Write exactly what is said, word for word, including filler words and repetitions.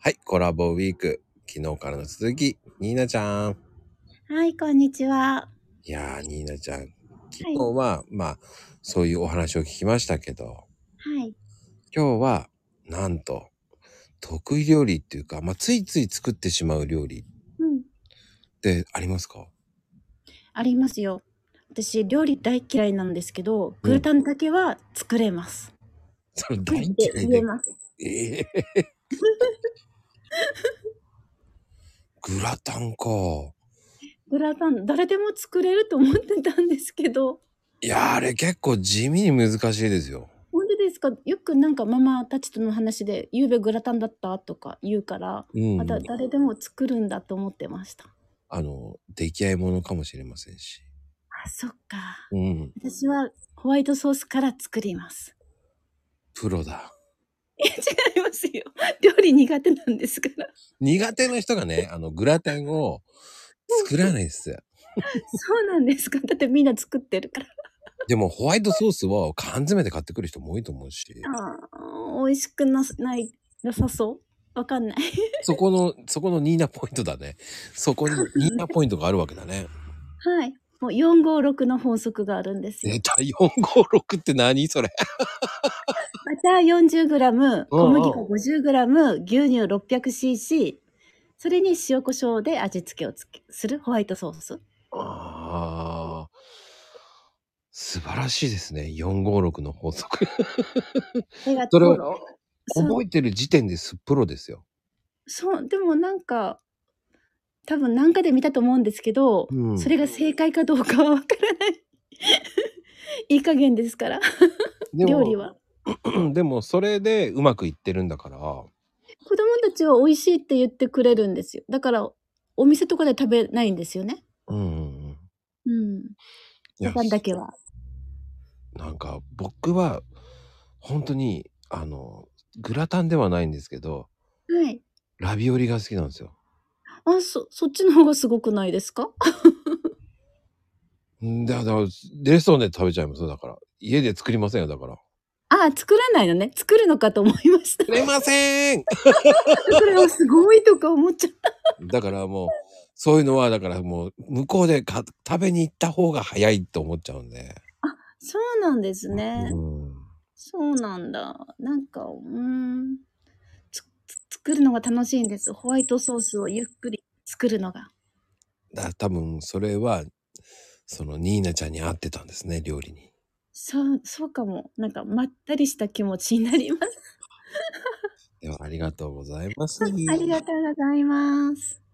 はい、コラボウィーク。昨日からの続き、ニーナちゃん。 はい、こんにちは。 いやー、ニーナちゃん。昨はい。 日は、まあ、そういうお話を聞きましたけど、 はい。 今日は、なんと、得意料理っていうか、まあ、ついつい作ってしまう料理っうん。 てありますか？ ありますよ。私、料理大嫌いなんですけど、 うん。 グラタンだけは作れます。 その大作って嫌いで、 言えます。 ええグラタンか。 グラタン、誰でも作れると思ってたんですけど、 いやー、あれ結構地味に難しいですよ。 本当ですか？よくなんかママたちとの話で、ゆうべグラタンだったとか言うから、あ、だうん。 誰でも作るんだと思ってました。 あの、出来合いものかもしれませんし。 あ、そっか。 うん。 私はホワイトソースから作ります。 プロだ。 いや、違いますよ。料理苦手なんですから。 苦手な人がね、あの、グラタンを作らないです。 そうなんですか。だってみんな作ってるから。 でも、ホワイトソースを缶詰で買ってくる人も多いと思うし、 ああ、美味しくなすないなさそう？わかんない。 そこの、そこのニーナポイントだね。そこにニーナポイントがあるわけだね。 はい。もうよんごろくの法則があるんですよ。 出た、よんごろくって何それ。 バター よんじゅうグラム、 うんうん。 小麦粉 ごじゅうグラム、牛乳 ろっぴゃくシーシー、それに塩コショウで味付けをつけするホワイトソース。 ああ、素晴らしいですね。よんごろくの法則。 ありがそれをとう。そう、 覚えてる時点ですプロですよ。 そう、でもなんか、多分なんかで見たと思うんですけど、 うん。 それが正解かどうかはわからない。いい加減ですから、 でも、 料理は。 でもそれでうまくいってるんだから、 子供たちは美味しいって言ってくれるんですよ。だから、お店とかで食べないんですよね。 うんうんうん。 うん。 いや、 グラタンだけは。 なんか僕は本当にあのグラタンではないんですけど、 はい。 ラビオリが好きなんですよ。 あ、そそっちの方がすごくないですか？ んだだからレストランで食べちゃいますよだから。家で作りませんよだから。 ああ、作らないのね。作るのかと思いました。 作れません。 だから、あ、すごいとか思っちゃった。 だからもうそういうのはだからもう向こうでか食べに行った方が早いと思っちゃうんで。 あ、そうなんですうね。 ん。 そうなんだ。なんか、うーん、つつ作るのが楽しいんです。ホワイトソースをゆっくり作るのが。 だ多分それはそのニーナちゃんに合ってたんですね料理に。 そうそうかも。なんかまったりした気持ちになります。 ではありがとうございます。 ありがとうございます。